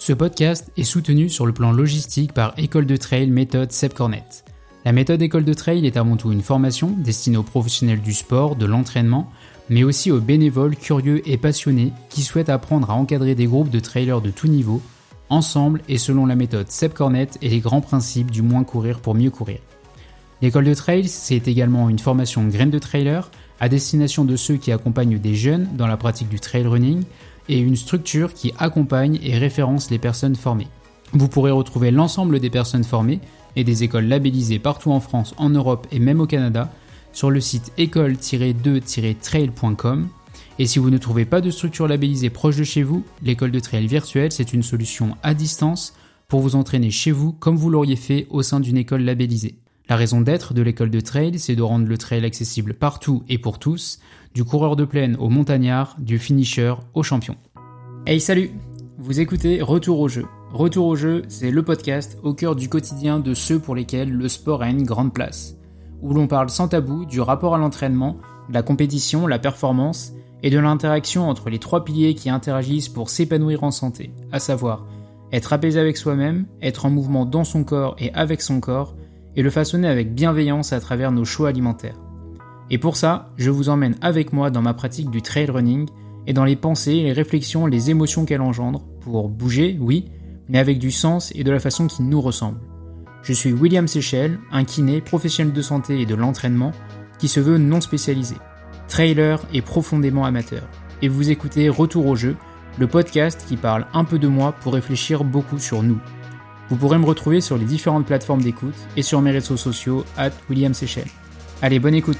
Ce podcast est soutenu sur le plan logistique par École de Trail méthode Seb Cornet. La méthode École de Trail est avant tout une formation destinée aux professionnels du sport, de l'entraînement, mais aussi aux bénévoles curieux et passionnés qui souhaitent apprendre à encadrer des groupes de trailers de tout niveau, ensemble et selon la méthode Seb Cornet et les grands principes du moins courir pour mieux courir. L'école de trail, c'est également une formation graine de trailer à destination de ceux qui accompagnent des jeunes dans la pratique du trail running et une structure qui accompagne et référence les personnes formées. Vous pourrez retrouver l'ensemble des personnes formées et des écoles labellisées partout en France, en Europe et même au Canada sur le site école-de-trail.com. Et si vous ne trouvez pas de structure labellisée proche de chez vous, l'école de trail virtuelle, c'est une solution à distance pour vous entraîner chez vous comme vous l'auriez fait au sein d'une école labellisée. La raison d'être de l'école de trail, c'est de rendre le trail accessible partout et pour tous, du coureur de plaine au montagnard, du finisher au champion. Hey salut! Vous écoutez Retour au jeu. Retour au jeu, c'est le podcast au cœur du quotidien de ceux pour lesquels le sport a une grande place, où l'on parle sans tabou du rapport à l'entraînement, de la compétition, la performance et de l'interaction entre les trois piliers qui interagissent pour s'épanouir en santé, à savoir être apaisé avec soi-même, être en mouvement dans son corps et avec son corps, et le façonner avec bienveillance à travers nos choix alimentaires. Et pour ça, je vous emmène avec moi dans ma pratique du trail running et dans les pensées, les réflexions, les émotions qu'elle engendre, pour bouger, oui, mais avec du sens et de la façon qui nous ressemble. Je suis William Séchel, un kiné, professionnel de santé et de l'entraînement, qui se veut non spécialisé, trailer et profondément amateur. Et vous écoutez Retour au jeu, le podcast qui parle un peu de moi pour réfléchir beaucoup sur nous. Vous pourrez me retrouver sur les différentes plateformes d'écoute et sur mes réseaux sociaux @William Séchel. Allez, bonne écoute.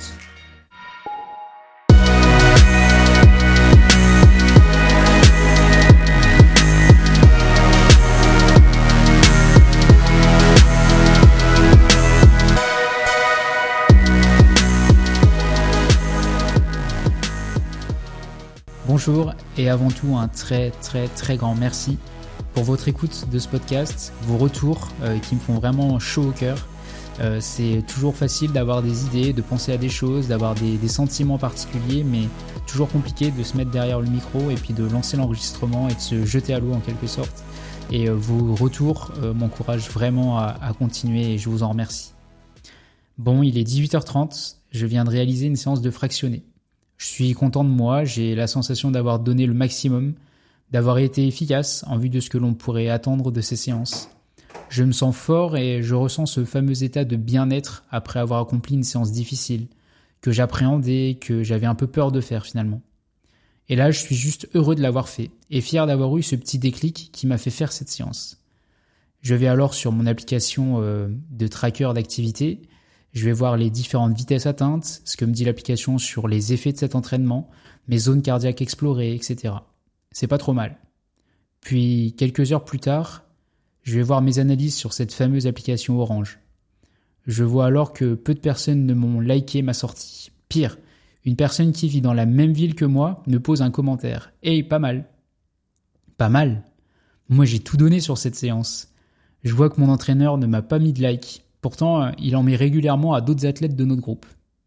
Bonjour et avant tout un très grand merci pour votre écoute de ce podcast, vos retours qui me font vraiment chaud au cœur. C'est toujours facile d'avoir des idées, de penser à des choses, d'avoir des sentiments particuliers, mais toujours compliqué de se mettre derrière le micro et puis de lancer l'enregistrement et de se jeter à l'eau en quelque sorte. Et vos retours m'encouragent vraiment à continuer et je vous en remercie. Bon, il est 18h30, je viens de réaliser une séance de fractionné. Je suis content de moi, j'ai la sensation d'avoir donné le maximum, d'avoir été efficace en vue de ce que l'on pourrait attendre de ces séances. Je me sens fort et je ressens ce fameux état de bien-être après avoir accompli une séance difficile, que j'appréhendais, que j'avais un peu peur de faire finalement. Et là, je suis juste heureux de l'avoir fait et fier d'avoir eu ce petit déclic qui m'a fait faire cette séance. Je vais alors sur mon application de tracker d'activité. Je vais voir les différentes vitesses atteintes, ce que me dit l'application sur les effets de cet entraînement, mes zones cardiaques explorées, etc. C'est pas trop mal. Puis, quelques heures plus tard, je vais voir mes analyses sur cette fameuse application Orange. Je vois alors que peu de personnes ne m'ont liké ma sortie. Pire, une personne qui vit dans la même ville que moi me pose un commentaire. Hey, pas mal. Pas mal. Moi, j'ai tout donné sur cette séance. Je vois que mon entraîneur ne m'a pas mis de like. Pourtant, il en met régulièrement à d'autres athlètes de notre groupe.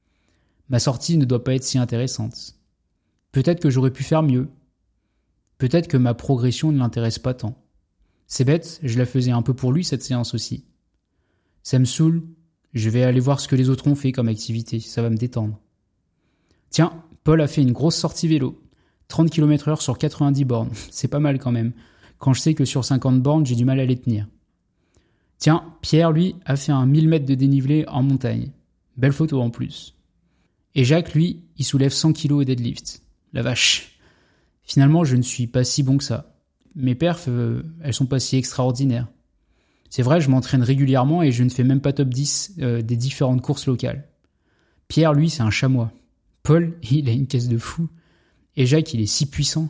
Ma sortie ne doit pas être si intéressante. Peut-être que j'aurais pu faire mieux. Peut-être que ma progression ne l'intéresse pas tant. C'est bête, je la faisais un peu pour lui cette séance aussi. Ça me saoule, je vais aller voir ce que les autres ont fait comme activité, ça va me détendre. Tiens, Paul a fait une grosse sortie vélo. 30 km/h sur 90 bornes, c'est pas mal quand même, quand je sais que sur 50 bornes, j'ai du mal à les tenir. Tiens, Pierre, lui, a fait un 1000 mètres de dénivelé en montagne. Belle photo en plus. Et Jacques, lui, il soulève 100 kilos au deadlift. La vache. Finalement, je ne suis pas si bon que ça. Mes perfs, elles sont pas si extraordinaires. C'est vrai, je m'entraîne régulièrement et je ne fais même pas top 10 des différentes courses locales. Pierre, lui, c'est un chamois. Paul, il a une caisse de fou. Et Jacques, il est si puissant.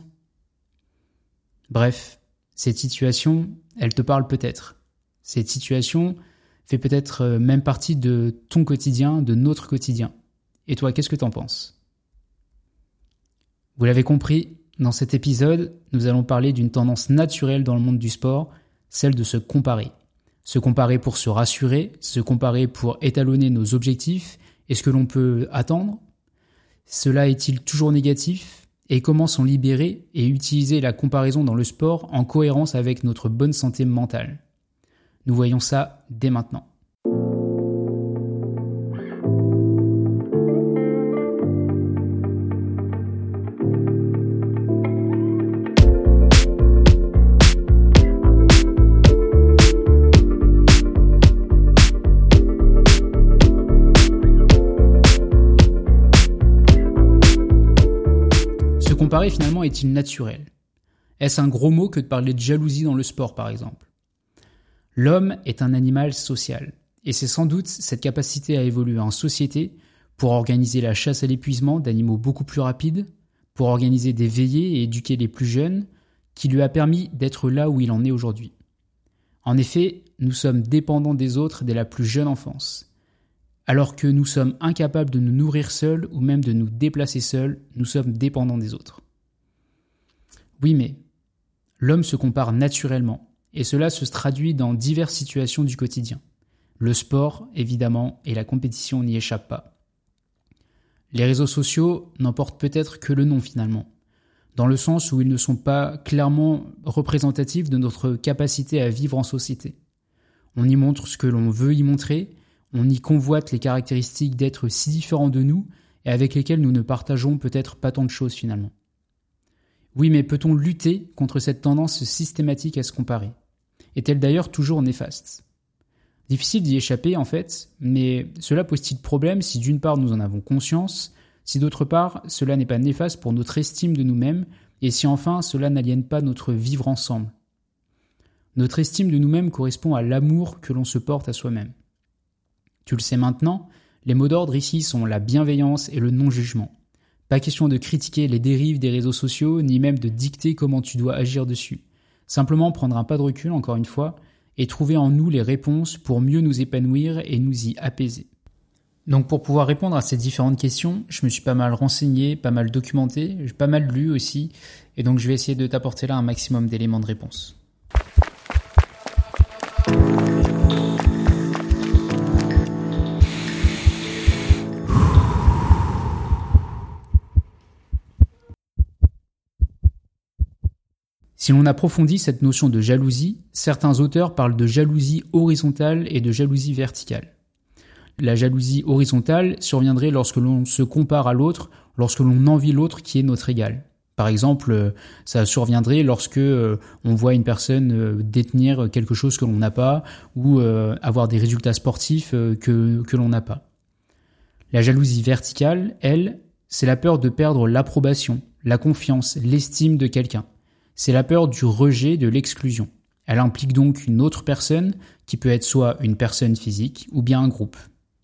Bref, cette situation, elle te parle peut-être. Cette situation fait peut-être même partie de ton quotidien, de notre quotidien. Et toi, qu'est-ce que t'en penses ? Vous l'avez compris, dans cet épisode, nous allons parler d'une tendance naturelle dans le monde du sport, celle de se comparer. Se comparer pour se rassurer, se comparer pour étalonner nos objectifs et ce que l'on peut attendre. Cela est-il toujours négatif ? et comment s'en libérer et utiliser la comparaison dans le sport en cohérence avec notre bonne santé mentale. Nous voyons ça dès maintenant. Se comparer finalement est-il naturel ? Est-ce un gros mot que de parler de jalousie dans le sport par exemple ? L'homme est un animal social, et c'est sans doute cette capacité à évoluer en société pour organiser la chasse à l'épuisement d'animaux beaucoup plus rapides, pour organiser des veillées et éduquer les plus jeunes, qui lui a permis d'être là où il en est aujourd'hui. En effet, nous sommes dépendants des autres dès la plus jeune enfance. Alors que nous sommes incapables de nous nourrir seuls ou même de nous déplacer seuls, nous sommes dépendants des autres. Oui, mais l'homme se compare naturellement, et cela se traduit dans diverses situations du quotidien. Le sport, évidemment, et la compétition n'y échappent pas. Les réseaux sociaux n'en portent peut-être que le nom finalement, dans le sens où ils ne sont pas clairement représentatifs de notre capacité à vivre en société. On y montre ce que l'on veut y montrer, on y convoite les caractéristiques d'êtres si différents de nous et avec lesquels nous ne partageons peut-être pas tant de choses finalement. Oui, mais peut-on lutter contre cette tendance systématique à se comparer ? Est-elle d'ailleurs toujours néfaste ? Difficile d'y échapper en fait, mais cela pose-t-il problème si d'une part nous en avons conscience, si d'autre part cela n'est pas néfaste pour notre estime de nous-mêmes et si enfin cela n'aliène pas notre vivre ensemble ? Notre estime de nous-mêmes correspond à l'amour que l'on se porte à soi-même. Tu le sais maintenant, les mots d'ordre ici sont la bienveillance et le non-jugement. Pas question de critiquer les dérives des réseaux sociaux, ni même de dicter comment tu dois agir dessus. Simplement prendre un pas de recul, encore une fois, et trouver en nous les réponses pour mieux nous épanouir et nous y apaiser. Donc pour pouvoir répondre à ces différentes questions, je me suis pas mal renseigné, pas mal documenté, j'ai pas mal lu aussi, et donc je vais essayer de t'apporter là un maximum d'éléments de réponse. Si l'on approfondit cette notion de jalousie, certains auteurs parlent de jalousie horizontale et de jalousie verticale. La jalousie horizontale surviendrait lorsque l'on se compare à l'autre, lorsque l'on envie l'autre qui est notre égal. Par exemple, ça surviendrait lorsque on voit une personne détenir quelque chose que l'on n'a pas ou avoir des résultats sportifs que l'on n'a pas. La jalousie verticale, elle, c'est la peur de perdre l'approbation, la confiance, l'estime de quelqu'un. C'est la peur du rejet, de l'exclusion. Elle implique donc une autre personne qui peut être soit une personne physique ou bien un groupe.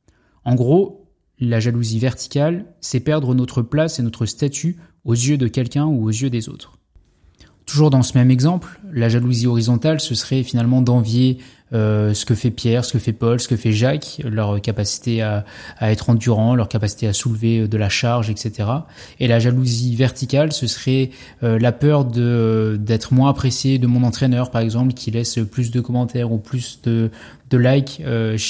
En gros, la jalousie verticale, c'est perdre notre place et notre statut aux yeux de quelqu'un ou aux yeux des autres. Toujours dans ce même exemple, la jalousie horizontale, ce serait finalement d'envier ce que fait Pierre, ce que fait Paul, ce que fait Jacques, leur capacité à être endurant, leur capacité à soulever de la charge, etc. Et la jalousie verticale, ce serait la peur d'être moins apprécié de mon entraîneur, par exemple, qui laisse plus de commentaires ou plus de likes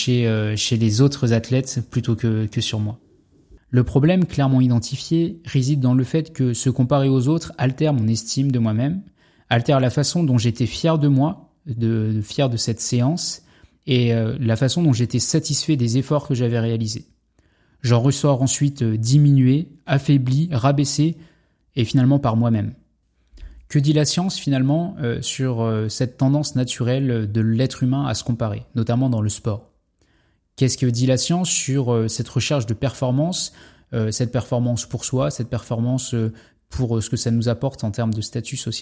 chez les autres athlètes plutôt que sur moi. Le problème clairement identifié réside dans le fait que se comparer aux autres altère mon estime de moi-même, altère la façon dont j'étais fier de moi, fier de cette séance, et la façon dont j'étais satisfait des efforts que j'avais réalisés. J'en ressors ensuite diminué, affaibli, rabaissé, et finalement par moi-même. Que dit la science finalement sur cette tendance naturelle de l'être humain à se comparer, notamment dans le sport ? Qu'est-ce que dit la science sur cette recherche de performance, cette performance pour soi, cette performance pour ce que ça nous apporte en termes de statut social ?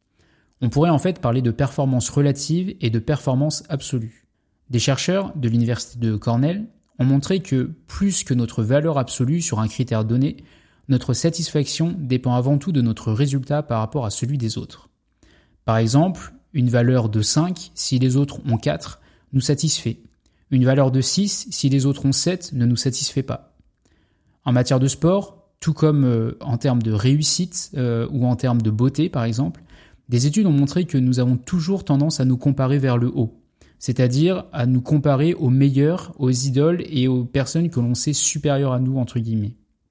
On pourrait en fait parler de performance relative et de performance absolue. Des chercheurs de l'université de Cornell ont montré que plus que notre valeur absolue sur un critère donné, notre satisfaction dépend avant tout de notre résultat par rapport à celui des autres. Par exemple, une valeur de 5, si les autres ont 4, nous satisfait. Une valeur de 6, si les autres ont 7, ne nous satisfait pas. En matière de sport, tout comme en termes de réussite ou en termes de beauté par exemple, des études ont montré que nous avons toujours tendance à nous comparer vers le haut, c'est-à-dire à nous comparer aux meilleurs, aux idoles et aux personnes que l'on sait supérieures à nous, entre guillemets.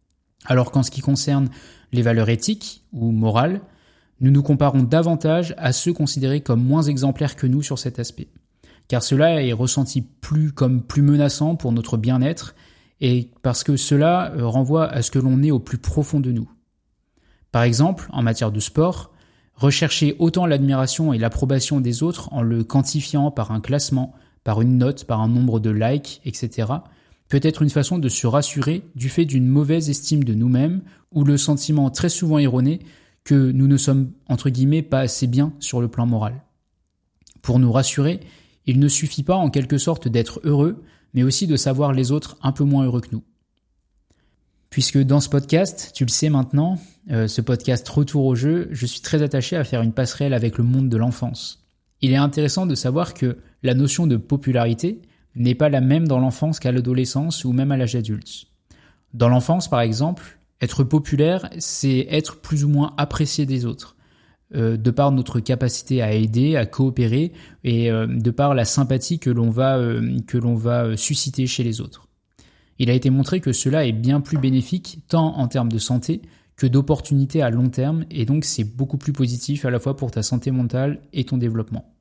Alors qu'en ce qui concerne les valeurs éthiques ou morales, nous nous comparons davantage à ceux considérés comme moins exemplaires que nous sur cet aspect, car cela est ressenti comme plus menaçant pour notre bien-être et parce que cela renvoie à ce que l'on est au plus profond de nous. Par exemple, en matière de sport, rechercher autant l'admiration et l'approbation des autres en le quantifiant par un classement, par une note, par un nombre de likes, etc., peut être une façon de se rassurer du fait d'une mauvaise estime de nous-mêmes ou le sentiment très souvent erroné que nous ne sommes, entre guillemets, pas assez bien sur le plan moral. Pour nous rassurer, il ne suffit pas en quelque sorte d'être heureux, mais aussi de savoir les autres un peu moins heureux que nous. Puisque dans ce podcast, tu le sais maintenant, ce podcast Retour au jeu, je suis très attaché à faire une passerelle avec le monde de l'enfance. Il est intéressant de savoir que la notion de popularité n'est pas la même dans l'enfance qu'à l'adolescence ou même à l'âge adulte. Dans l'enfance, par exemple, être populaire, c'est être plus ou moins apprécié des autres, de par notre capacité à aider, à coopérer et de par la sympathie que l'on va susciter chez les autres. Il a été montré que cela est bien plus bénéfique tant en termes de santé que d'opportunités à long terme et donc c'est beaucoup plus positif à la fois pour ta santé mentale et ton développement.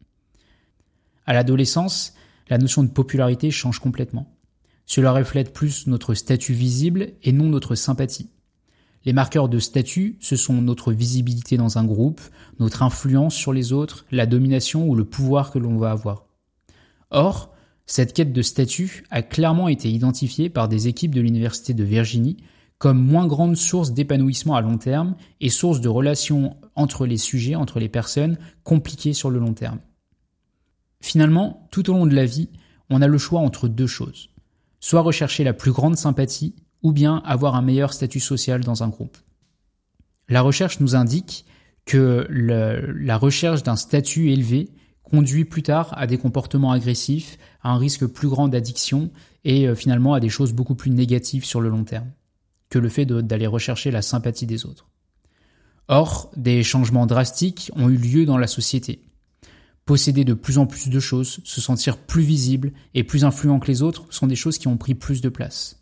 À l'adolescence, la notion de popularité change complètement. Cela reflète plus notre statut visible et non notre sympathie. Les marqueurs de statut, ce sont notre visibilité dans un groupe, notre influence sur les autres, la domination ou le pouvoir que l'on va avoir. Or, cette quête de statut a clairement été identifiée par des équipes de l'Université de Virginie comme moins grande source d'épanouissement à long terme et source de relations entre les sujets, entre les personnes, compliquées sur le long terme. Finalement, tout au long de la vie, on a le choix entre deux choses. Soit rechercher la plus grande sympathie, ou bien avoir un meilleur statut social dans un groupe. La recherche nous indique que la recherche d'un statut élevé conduit plus tard à des comportements agressifs, à un risque plus grand d'addiction et finalement à des choses beaucoup plus négatives sur le long terme que le fait d'aller rechercher la sympathie des autres. Or, des changements drastiques ont eu lieu dans la société. Posséder de plus en plus de choses, se sentir plus visible et plus influent que les autres sont des choses qui ont pris plus de place.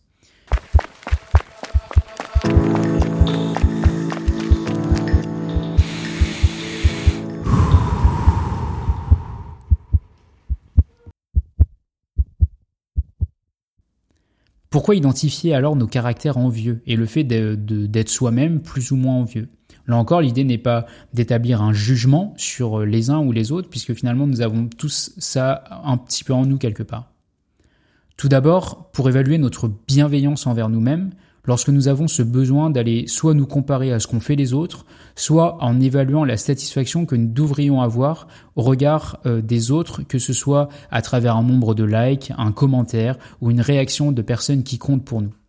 Pourquoi identifier alors nos caractères envieux et le fait d'être soi-même plus ou moins envieux ? Là encore, l'idée n'est pas d'établir un jugement sur les uns ou les autres, puisque finalement nous avons tous ça un petit peu en nous quelque part. Tout d'abord, pour évaluer notre bienveillance envers nous-mêmes, lorsque nous avons ce besoin d'aller soit nous comparer à ce qu'ont fait les autres, soit en évaluant la satisfaction que nous devrions avoir au regard des autres, que ce soit à travers un nombre de likes, un commentaire ou une réaction de personnes qui comptent pour nous.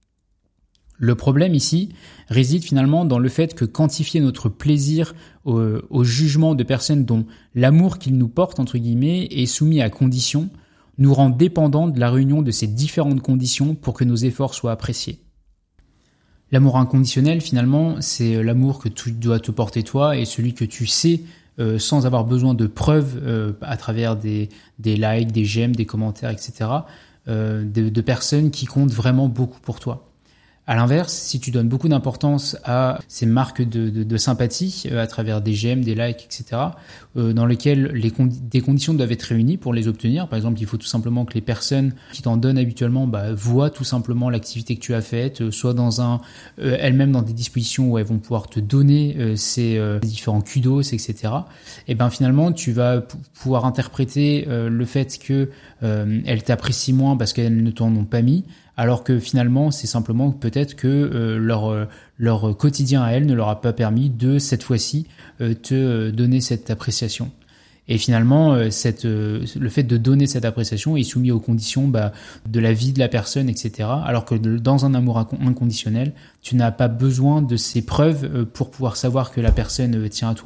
Le problème ici réside finalement dans le fait que quantifier notre plaisir au jugement de personnes dont l'amour qu'ils nous portent, entre guillemets, est soumis à conditions, nous rend dépendants de la réunion de ces différentes conditions pour que nos efforts soient appréciés. L'amour inconditionnel, finalement, c'est l'amour que tu dois te porter toi et celui que tu sais sans avoir besoin de preuves à travers des likes, des j'aime, des commentaires, etc. De personnes qui comptent vraiment beaucoup pour toi. À l'inverse, si tu donnes beaucoup d'importance à ces marques de sympathie à travers des j'aime, des likes, etc., dans lesquelles des conditions doivent être réunies pour les obtenir. Par exemple, il faut tout simplement que les personnes qui t'en donnent habituellement voient tout simplement l'activité que tu as faite, soit elles-mêmes dans des dispositions où elles vont pouvoir te donner ces différents kudos, etc. Et finalement, tu vas pouvoir interpréter le fait que elles t'apprécient moins parce qu'elles ne t'en ont pas mis, alors que finalement, c'est simplement peut-être que leur quotidien à elles ne leur a pas permis de, cette fois-ci, te donner cette appréciation. Et finalement, le fait de donner cette appréciation est soumis aux conditions de la vie de la personne, etc. Alors que dans un amour inconditionnel, tu n'as pas besoin de ces preuves pour pouvoir savoir que la personne tient à toi.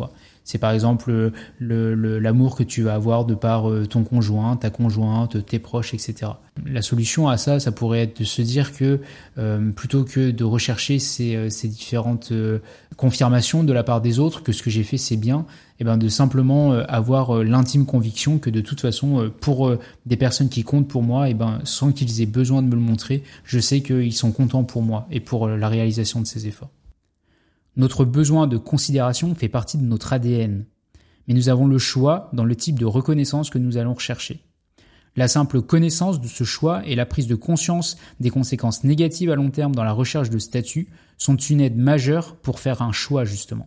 C'est par exemple l'amour que tu vas avoir de par ton conjoint, ta conjointe, tes proches, etc. La solution à ça pourrait être de se dire que plutôt que de rechercher ces différentes confirmations de la part des autres que ce que j'ai fait c'est bien, et ben de simplement avoir l'intime conviction que de toute façon pour des personnes qui comptent pour moi, et ben sans qu'ils aient besoin de me le montrer, je sais qu'ils sont contents pour moi et pour la réalisation de ces efforts. Notre besoin de considération fait partie de notre ADN, mais nous avons le choix dans le type de reconnaissance que nous allons rechercher. La simple connaissance de ce choix et la prise de conscience des conséquences négatives à long terme dans la recherche de statut sont une aide majeure pour faire un choix justement.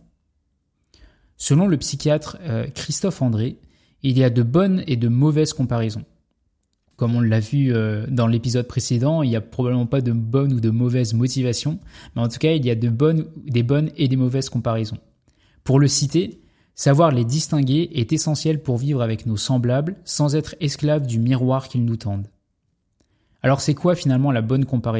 Selon le psychiatre Christophe André, il y a de bonnes et de mauvaises comparaisons. Comme on l'a vu dans l'épisode précédent, il n'y a probablement pas de bonnes ou de mauvaises motivations, mais en tout cas, il y a des bonnes et des mauvaises comparaisons. Pour le citer, savoir les distinguer est essentiel pour vivre avec nos semblables sans être esclave du miroir qu'ils nous tendent. Alors c'est quoi finalement la bonne comparaison ?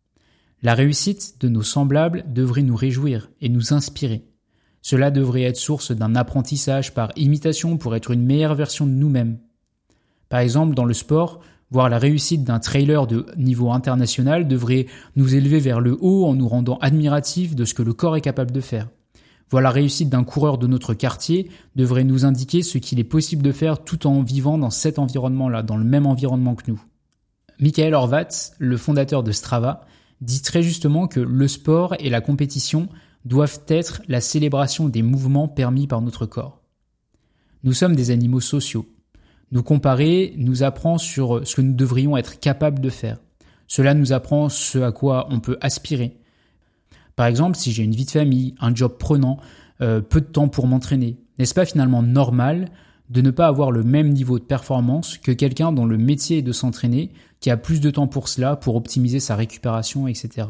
La réussite de nos semblables devrait nous réjouir et nous inspirer. Cela devrait être source d'un apprentissage par imitation pour être une meilleure version de nous-mêmes. Par exemple, dans le sport, voir la réussite d'un trailer de niveau international devrait nous élever vers le haut en nous rendant admiratifs de ce que le corps est capable de faire. Voir la réussite d'un coureur de notre quartier devrait nous indiquer ce qu'il est possible de faire tout en vivant dans cet environnement-là, dans le même environnement que nous. Michael Horvat, le fondateur de Strava, dit très justement que le sport et la compétition doivent être la célébration des mouvements permis par notre corps. Nous sommes des animaux sociaux. Nous comparer nous apprend sur ce que nous devrions être capables de faire. Cela nous apprend ce à quoi on peut aspirer. Par exemple, si j'ai une vie de famille, un job prenant, peu de temps pour m'entraîner, n'est-ce pas finalement normal de ne pas avoir le même niveau de performance que quelqu'un dont le métier est de s'entraîner, qui a plus de temps pour cela, pour optimiser sa récupération, etc.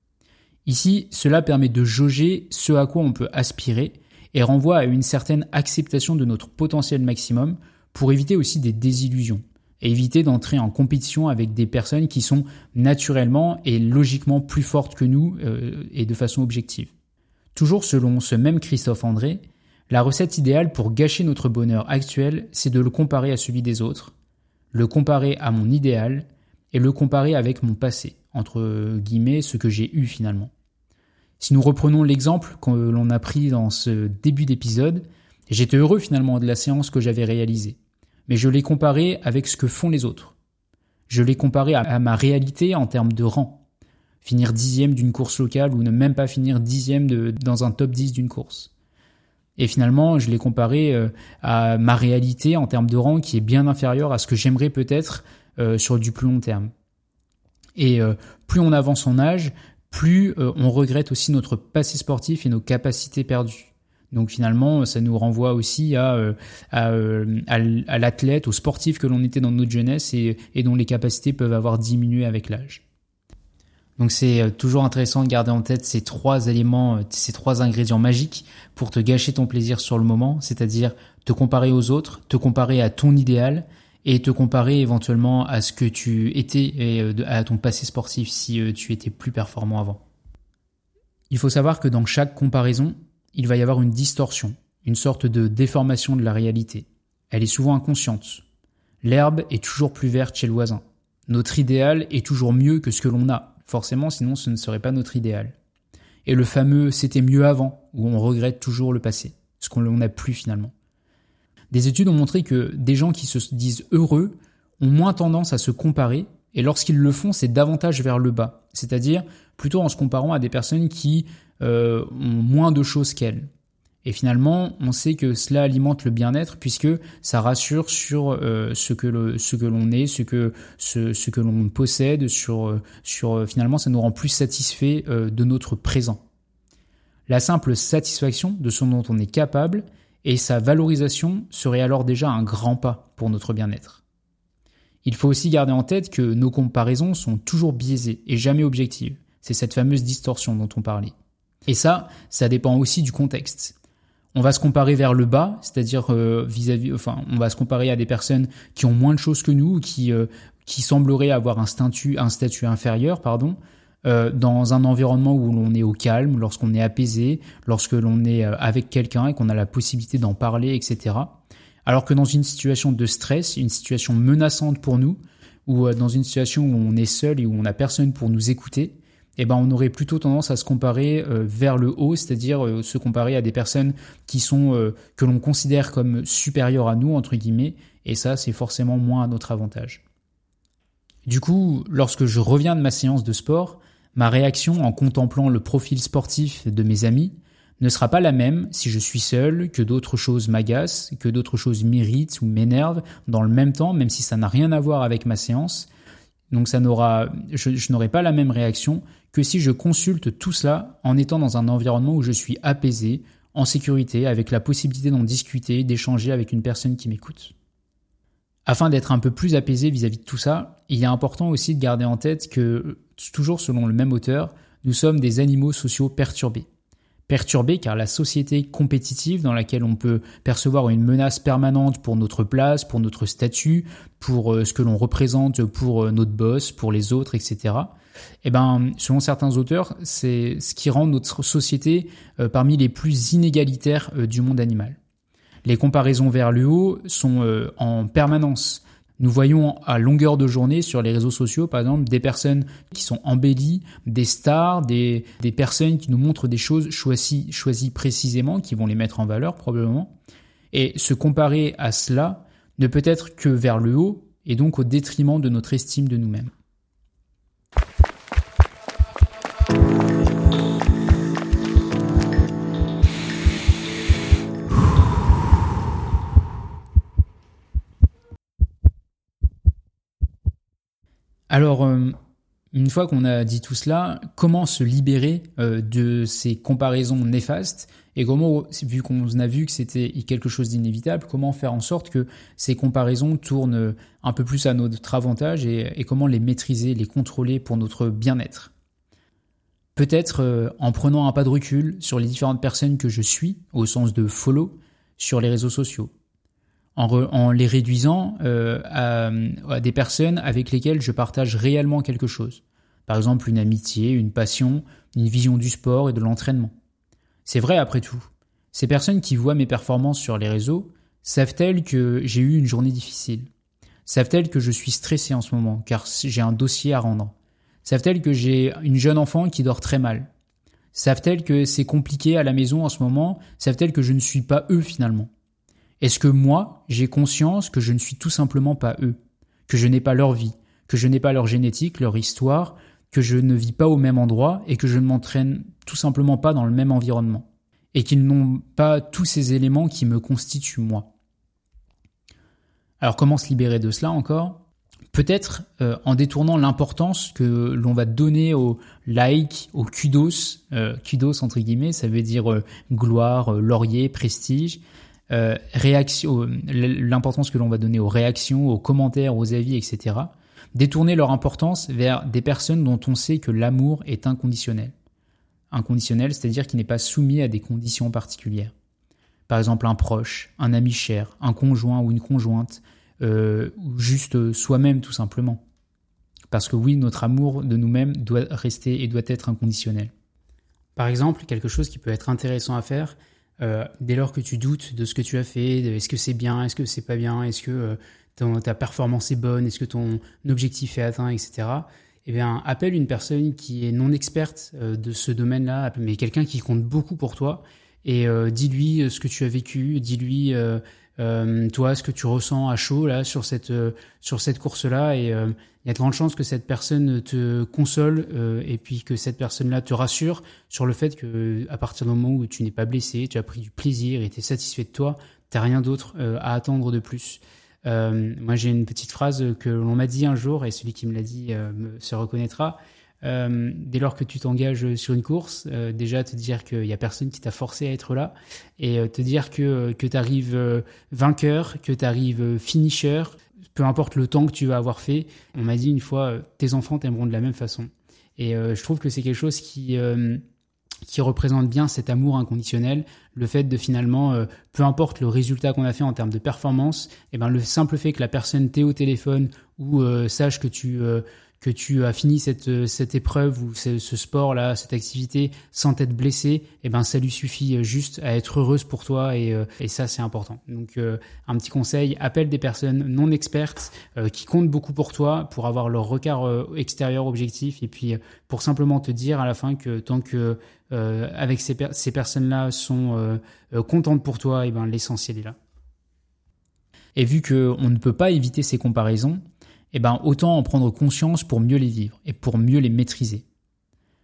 Ici, cela permet de jauger ce à quoi on peut aspirer et renvoie à une certaine acceptation de notre potentiel maximum pour éviter aussi des désillusions et éviter d'entrer en compétition avec des personnes qui sont naturellement et logiquement plus fortes que nous et de façon objective. Toujours selon ce même Christophe André, la recette idéale pour gâcher notre bonheur actuel, c'est de le comparer à celui des autres, le comparer à mon idéal et le comparer avec mon passé, entre guillemets ce que j'ai eu finalement. Si nous reprenons l'exemple que l'on a pris dans ce début d'épisode, j'étais heureux finalement de la séance que j'avais réalisée, mais je l'ai comparé avec ce que font les autres. Je l'ai comparé à ma réalité en termes de rang. Finir 10e d'une course locale ou ne même pas finir 10e dans un top 10 d'une course. Et finalement, je l'ai comparé à ma réalité en termes de rang qui est bien inférieure à ce que j'aimerais peut-être sur du plus long terme. Et plus on avance en âge, plus on regrette aussi notre passé sportif et nos capacités perdues. Donc finalement, ça nous renvoie aussi à l'athlète, au sportif que l'on était dans notre jeunesse et dont les capacités peuvent avoir diminué avec l'âge. Donc c'est toujours intéressant de garder en tête ces trois éléments, ces trois ingrédients magiques pour te gâcher ton plaisir sur le moment, c'est-à-dire te comparer aux autres, te comparer à ton idéal et te comparer éventuellement à ce que tu étais et à ton passé sportif si tu étais plus performant avant. Il faut savoir que dans chaque comparaison, il va y avoir une distorsion, une sorte de déformation de la réalité. Elle est souvent inconsciente. L'herbe est toujours plus verte chez le voisin. Notre idéal est toujours mieux que ce que l'on a. Forcément, sinon ce ne serait pas notre idéal. Et le fameux « c'était mieux avant » où on regrette toujours le passé, ce qu'on n'a plus finalement. Des études ont montré que des gens qui se disent heureux ont moins tendance à se comparer et lorsqu'ils le font, c'est davantage vers le bas. C'est-à-dire plutôt en se comparant à des personnes qui ont moins de choses qu'elles. Et finalement, on sait que cela alimente le bien-être puisque ça rassure sur ce que l'on est, ce que l'on possède, sur finalement ça nous rend plus satisfaits de notre présent. La simple satisfaction de ce dont on est capable et sa valorisation serait alors déjà un grand pas pour notre bien-être. Il faut aussi garder en tête que nos comparaisons sont toujours biaisées et jamais objectives. C'est cette fameuse distorsion dont on parlait. Et ça dépend aussi du contexte. On va se comparer vers le bas, c'est-à-dire on va se comparer à des personnes qui ont moins de choses que nous, qui sembleraient avoir un statut inférieur, dans un environnement où l'on est au calme, lorsqu'on est apaisé, lorsque l'on est avec quelqu'un et qu'on a la possibilité d'en parler, etc. Alors que dans une situation de stress, une situation menaçante pour nous, ou dans une situation où on est seul et où on n'a personne pour nous écouter, eh ben on aurait plutôt tendance à se comparer vers le haut, c'est-à-dire se comparer à des personnes qui sont que l'on considère comme supérieures à nous, entre guillemets, et ça, c'est forcément moins à notre avantage. Du coup, lorsque je reviens de ma séance de sport, ma réaction en contemplant le profil sportif de mes amis ne sera pas la même si je suis seul, que d'autres choses m'agacent, que d'autres choses m'irritent ou m'énervent dans le même temps, même si ça n'a rien à voir avec ma séance. Donc je n'aurai pas la même réaction que si je consulte tout cela en étant dans un environnement où je suis apaisé, en sécurité, avec la possibilité d'en discuter, d'échanger avec une personne qui m'écoute. Afin d'être un peu plus apaisé vis-à-vis de tout ça, il est important aussi de garder en tête que, toujours selon le même auteur, nous sommes des animaux sociaux perturbés. Perturbés car la société compétitive dans laquelle on peut percevoir une menace permanente pour notre place, pour notre statut, pour ce que l'on représente pour notre boss, pour les autres, etc. Eh ben, selon certains auteurs, c'est ce qui rend notre société parmi les plus inégalitaires du monde animal. Les comparaisons vers le haut sont en permanence. Nous voyons à longueur de journée sur les réseaux sociaux, par exemple, des personnes qui sont embellies, des stars, des personnes qui nous montrent des choses choisies précisément, qui vont les mettre en valeur probablement. Et se comparer à cela ne peut être que vers le haut et donc au détriment de notre estime de nous-mêmes. Alors, une fois qu'on a dit tout cela, comment se libérer de ces comparaisons néfastes et comment, vu qu'on a vu que c'était quelque chose d'inévitable, comment faire en sorte que ces comparaisons tournent un peu plus à notre avantage et comment les maîtriser, les contrôler pour notre bien-être. Peut-être en prenant un pas de recul sur les différentes personnes que je suis, au sens de follow, sur les réseaux sociaux. En les réduisant à des personnes avec lesquelles je partage réellement quelque chose. Par exemple, une amitié, une passion, une vision du sport et de l'entraînement. C'est vrai après tout. Ces personnes qui voient mes performances sur les réseaux savent-elles que j'ai eu une journée difficile? Savent-elles que je suis stressé en ce moment car j'ai un dossier à rendre? Savent-elles que j'ai une jeune enfant qui dort très mal? Savent-elles que c'est compliqué à la maison en ce moment? Savent-elles que je ne suis pas eux finalement? Est-ce que moi, j'ai conscience que je ne suis tout simplement pas eux, que je n'ai pas leur vie, que je n'ai pas leur génétique, leur histoire, que je ne vis pas au même endroit et que je ne m'entraîne tout simplement pas dans le même environnement et qu'ils n'ont pas tous ces éléments qui me constituent moi? Alors comment se libérer de cela encore? Peut-être en détournant l'importance que l'on va donner au like, au kudos, kudos entre guillemets, ça veut dire gloire, laurier, prestige, l'importance que l'on va donner aux réactions, aux commentaires, aux avis, etc. Détourner leur importance vers des personnes dont on sait que l'amour est inconditionnel. Inconditionnel, c'est-à-dire qu'il n'est pas soumis à des conditions particulières. Par exemple, un proche, un ami cher, un conjoint ou une conjointe, ou juste soi-même tout simplement. Parce que oui, notre amour de nous-mêmes doit rester et doit être inconditionnel. Par exemple, quelque chose qui peut être intéressant à faire, dès lors que tu doutes de ce que tu as fait, est-ce que c'est bien, est-ce que c'est pas bien, est-ce que ta performance est bonne, est-ce que ton objectif est atteint, etc. Eh bien, appelle une personne qui est non experte de ce domaine-là, mais quelqu'un qui compte beaucoup pour toi, et dis-lui ce que tu as vécu, dis-lui toi ce que tu ressens à chaud là sur cette course-là, et il y a de grandes chances que cette personne te console et puis que cette personne-là te rassure sur le fait que à partir du moment où tu n'es pas blessé, tu as pris du plaisir et tu es satisfait de toi, tu n'as rien d'autre à attendre de plus. Moi j'ai une petite phrase que l'on m'a dit un jour, et celui qui me l'a dit se reconnaîtra. Dès lors que tu t'engages sur une course, déjà te dire qu'il y a personne qui t'a forcé à être là, et te dire que tu arrives vainqueur, que tu arrives finisher, peu importe le temps que tu vas avoir fait. On m'a dit une fois, tes enfants t'aimeront de la même façon. Et je trouve que c'est quelque chose qui représente bien cet amour inconditionnel, le fait de finalement, peu importe le résultat qu'on a fait en termes de performance, et ben le simple fait que la personne t'ait au téléphone ou sache que tu que tu as fini cette épreuve ou ce sport-là, cette activité sans t'être blessé, ça lui suffit juste à être heureuse pour toi et ça, c'est important. Donc, un petit conseil, appelle des personnes non expertes qui comptent beaucoup pour toi pour avoir leur regard extérieur objectif et puis pour simplement te dire à la fin que tant que avec ces personnes-là sont contentes pour toi, l'essentiel est là. Et vu qu'on ne peut pas éviter ces comparaisons, autant en prendre conscience pour mieux les vivre et pour mieux les maîtriser. Comment ?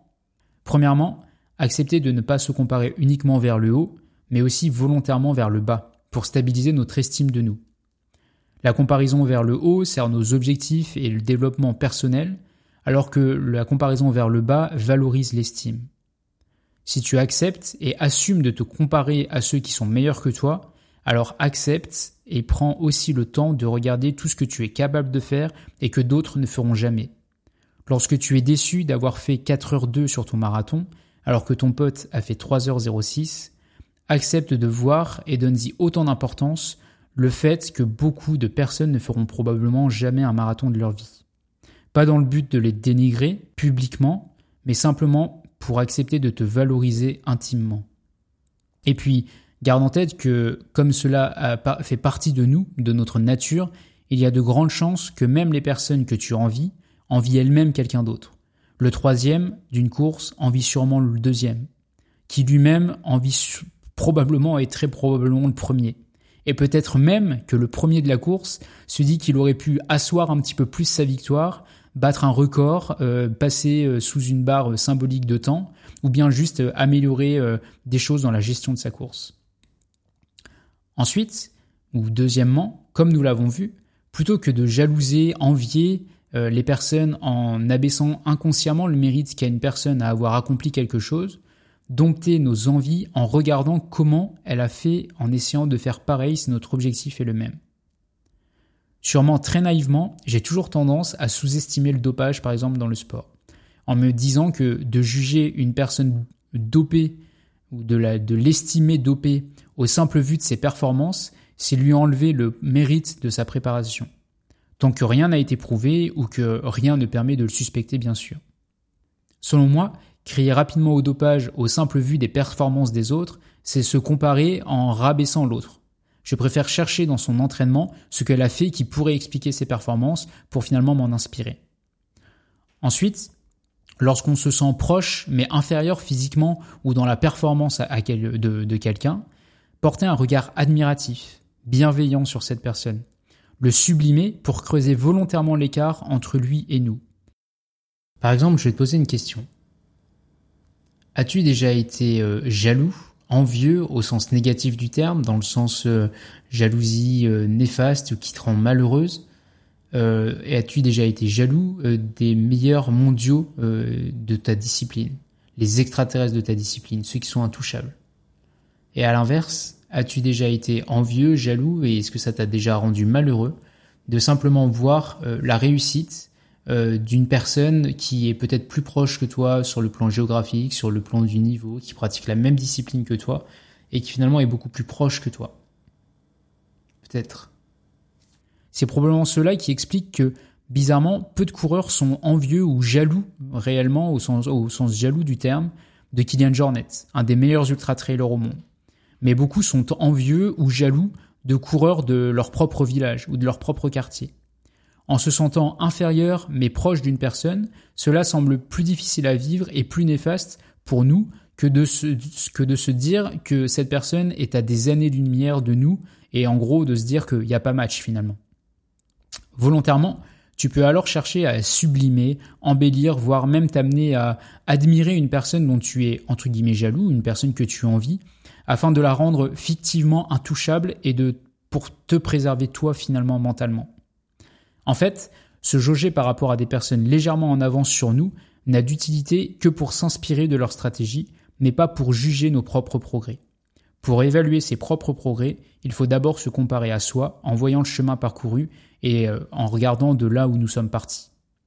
Premièrement, accepter de ne pas se comparer uniquement vers le haut, mais aussi volontairement vers le bas, pour stabiliser notre estime de nous. La comparaison vers le haut sert nos objectifs et le développement personnel, alors que la comparaison vers le bas valorise l'estime. Si tu acceptes et assumes de te comparer à ceux qui sont meilleurs que toi, alors accepte et prends aussi le temps de regarder tout ce que tu es capable de faire et que d'autres ne feront jamais. Lorsque tu es déçu d'avoir fait 4h02 sur ton marathon, alors que ton pote a fait 3h06, accepte de voir et donne-y autant d'importance le fait que beaucoup de personnes ne feront probablement jamais un marathon de leur vie. Pas dans le but de les dénigrer publiquement, mais simplement pour accepter de te valoriser intimement. Et puis, garde en tête que, comme cela fait partie de nous, de notre nature, il y a de grandes chances que même les personnes que tu envies elles-mêmes quelqu'un d'autre. Le troisième d'une course envie sûrement le deuxième, qui lui-même envie probablement et très probablement le premier. Et peut-être même que le premier de la course se dit qu'il aurait pu asseoir un petit peu plus sa victoire, battre un record, passer sous une barre symbolique de temps, ou bien juste améliorer des choses dans la gestion de sa course. Ensuite, ou deuxièmement, comme nous l'avons vu, plutôt que de jalouser, envier les personnes en abaissant inconsciemment le mérite qu'a une personne à avoir accompli quelque chose, dompter nos envies en regardant comment elle a fait en essayant de faire pareil si notre objectif est le même. Sûrement très naïvement, j'ai toujours tendance à sous-estimer le dopage par exemple dans le sport, en me disant que de juger une personne dopée ou de l'estimer dopée au simple vu de ses performances, c'est lui enlever le mérite de sa préparation. Tant que rien n'a été prouvé ou que rien ne permet de le suspecter bien sûr. Selon moi, crier rapidement au dopage au simple vu des performances des autres, c'est se comparer en rabaissant l'autre. Je préfère chercher dans son entraînement ce qu'elle a fait qui pourrait expliquer ses performances pour finalement m'en inspirer. Ensuite, lorsqu'on se sent proche mais inférieur physiquement ou dans la performance de quelqu'un, porter un regard admiratif, bienveillant sur cette personne. Le sublimer pour creuser volontairement l'écart entre lui et nous. Par exemple, je vais te poser une question. As-tu déjà été jaloux, envieux au sens négatif du terme, dans le sens jalousie néfaste qui te rend malheureuse et as-tu déjà été jaloux des meilleurs mondiaux de ta discipline, les extraterrestres de ta discipline, ceux qui sont intouchables? Et à l'inverse, as-tu déjà été envieux, jaloux et est-ce que ça t'a déjà rendu malheureux de simplement voir la réussite d'une personne qui est peut-être plus proche que toi sur le plan géographique, sur le plan du niveau, qui pratique la même discipline que toi et qui finalement est beaucoup plus proche que toi? Peut-être. C'est probablement cela qui explique que, bizarrement, peu de coureurs sont envieux ou jaloux, réellement, au sens jaloux du terme, de Kilian Jornet, un des meilleurs ultra-trailers au monde. Mais beaucoup sont envieux ou jaloux de coureurs de leur propre village ou de leur propre quartier. En se sentant inférieur mais proche d'une personne, cela semble plus difficile à vivre et plus néfaste pour nous que de se dire que cette personne est à des années-lumière de nous et en gros de se dire qu'il n'y a pas match finalement. Volontairement, tu peux alors chercher à sublimer, embellir, voire même t'amener à admirer une personne dont tu es entre guillemets jaloux, une personne que tu envies, afin de la rendre fictivement intouchable et pour te préserver toi finalement mentalement. En fait, se jauger par rapport à des personnes légèrement en avance sur nous n'a d'utilité que pour s'inspirer de leur stratégie, mais pas pour juger nos propres progrès. Pour évaluer ses propres progrès, il faut d'abord se comparer à soi en voyant le chemin parcouru et en regardant de là où nous sommes partis.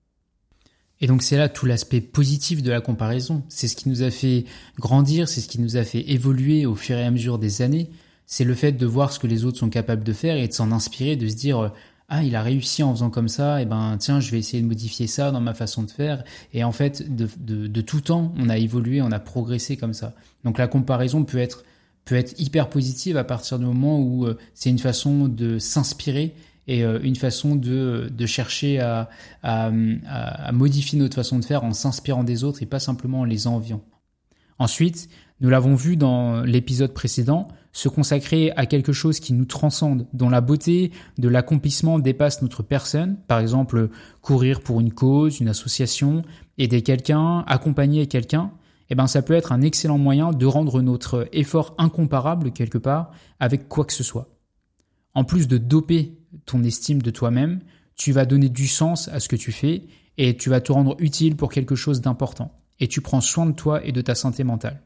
Et donc c'est là tout l'aspect positif de la comparaison. C'est ce qui nous a fait grandir, c'est ce qui nous a fait évoluer au fur et à mesure des années. C'est le fait de voir ce que les autres sont capables de faire et de s'en inspirer, de se dire il a réussi en faisant comme ça, et ben tiens, je vais essayer de modifier ça dans ma façon de faire. Et en fait, de tout temps, on a évolué, on a progressé comme ça. Donc la comparaison peut être hyper positive à partir du moment où c'est une façon de s'inspirer et une façon de chercher à modifier notre façon de faire en s'inspirant des autres et pas simplement en les enviant. Ensuite, nous l'avons vu dans l'épisode précédent, se consacrer à quelque chose qui nous transcende, dont la beauté de l'accomplissement dépasse notre personne, par exemple courir pour une cause, une association, aider quelqu'un, accompagner quelqu'un, ça peut être un excellent moyen de rendre notre effort incomparable quelque part avec quoi que ce soit. En plus de doper ton estime de toi-même, tu vas donner du sens à ce que tu fais et tu vas te rendre utile pour quelque chose d'important. Et tu prends soin de toi et de ta santé mentale.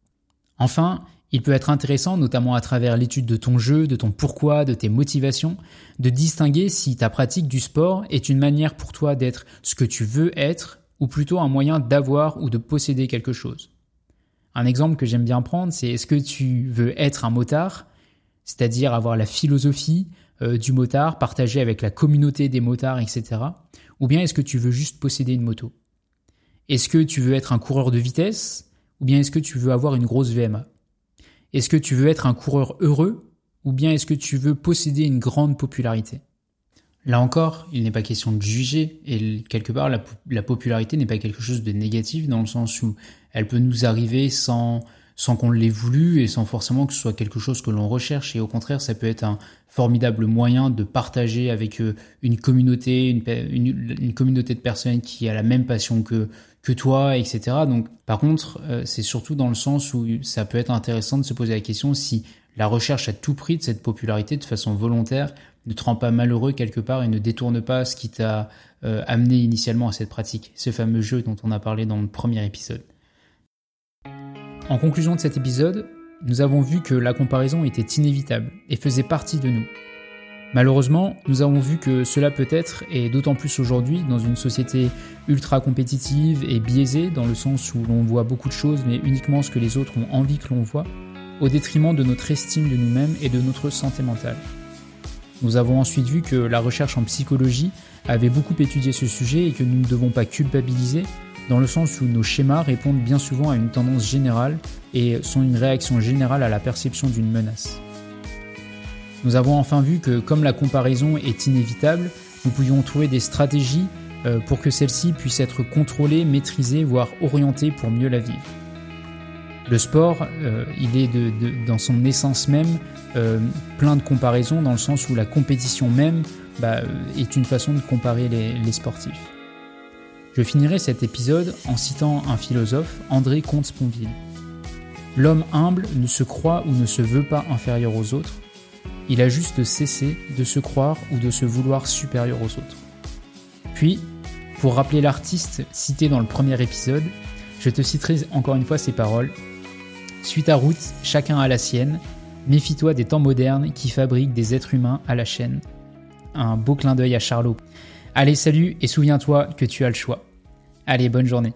Enfin, il peut être intéressant, notamment à travers l'étude de ton jeu, de ton pourquoi, de tes motivations, de distinguer si ta pratique du sport est une manière pour toi d'être ce que tu veux être ou plutôt un moyen d'avoir ou de posséder quelque chose. Un exemple que j'aime bien prendre, c'est est-ce que tu veux être un motard, c'est-à-dire avoir la philosophie du motard, partager avec la communauté des motards, etc. Ou bien est-ce que tu veux juste posséder une moto ? Est-ce que tu veux être un coureur de vitesse ou bien est-ce que tu veux avoir une grosse VMA ? Est-ce que tu veux être un coureur heureux ou bien est-ce que tu veux posséder une grande popularité ? Là encore, il n'est pas question de juger et quelque part la popularité n'est pas quelque chose de négatif dans le sens où elle peut nous arriver sans qu'on l'ait voulu et sans forcément que ce soit quelque chose que l'on recherche et au contraire ça peut être un formidable moyen de partager avec une communauté, une communauté de personnes qui a la même passion que toi, etc. Donc par contre c'est surtout dans le sens où ça peut être intéressant de se poser la question si la recherche à tout prix de cette popularité de façon volontaire ne te rend pas malheureux quelque part et ne détourne pas ce qui t'a amené initialement à cette pratique, ce fameux jeu dont on a parlé dans le premier épisode. En conclusion de cet épisode, nous avons vu que la comparaison était inévitable et faisait partie de nous. Malheureusement, nous avons vu que cela peut être, et d'autant plus aujourd'hui, dans une société ultra compétitive et biaisée, dans le sens où l'on voit beaucoup de choses, mais uniquement ce que les autres ont envie que l'on voit, au détriment de notre estime de nous-mêmes et de notre santé mentale. Nous avons ensuite vu que la recherche en psychologie avait beaucoup étudié ce sujet et que nous ne devons pas culpabiliser, dans le sens où nos schémas répondent bien souvent à une tendance générale et sont une réaction générale à la perception d'une menace. Nous avons enfin vu que comme la comparaison est inévitable, nous pouvions trouver des stratégies pour que celle-ci puisse être contrôlée, maîtrisée, voire orientée pour mieux la vivre. Le sport, il est dans son essence même plein de comparaisons, dans le sens où la compétition même est une façon de comparer les sportifs. Je finirai cet épisode en citant un philosophe, André Comte-Sponville. L'homme humble ne se croit ou ne se veut pas inférieur aux autres, il a juste cessé de se croire ou de se vouloir supérieur aux autres. Puis, pour rappeler l'artiste cité dans le premier épisode, je te citerai encore une fois ces paroles. Suis ta route, chacun a la sienne, méfie-toi des temps modernes qui fabriquent des êtres humains à la chaîne. Un beau clin d'œil à Charlot. Allez, salut et souviens-toi que tu as le choix. Allez, bonne journée.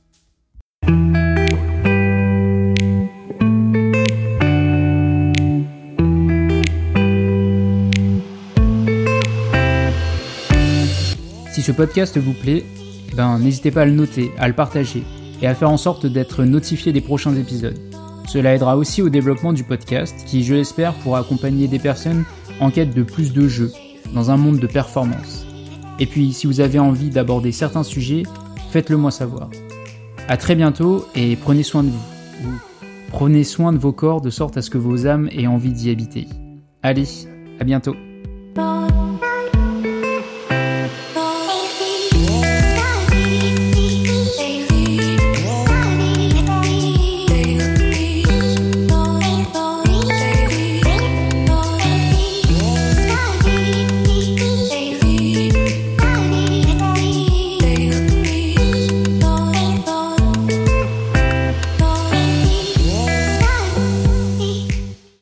Si ce podcast vous plaît, n'hésitez pas à le noter, à le partager et à faire en sorte d'être notifié des prochains épisodes. Cela aidera aussi au développement du podcast qui, je l'espère, pourra accompagner des personnes en quête de plus de jeux dans un monde de performance. Et puis, si vous avez envie d'aborder certains sujets, faites-le moi savoir. À très bientôt et prenez soin de vous. Prenez soin de vos corps de sorte à ce que vos âmes aient envie d'y habiter. Allez, à bientôt.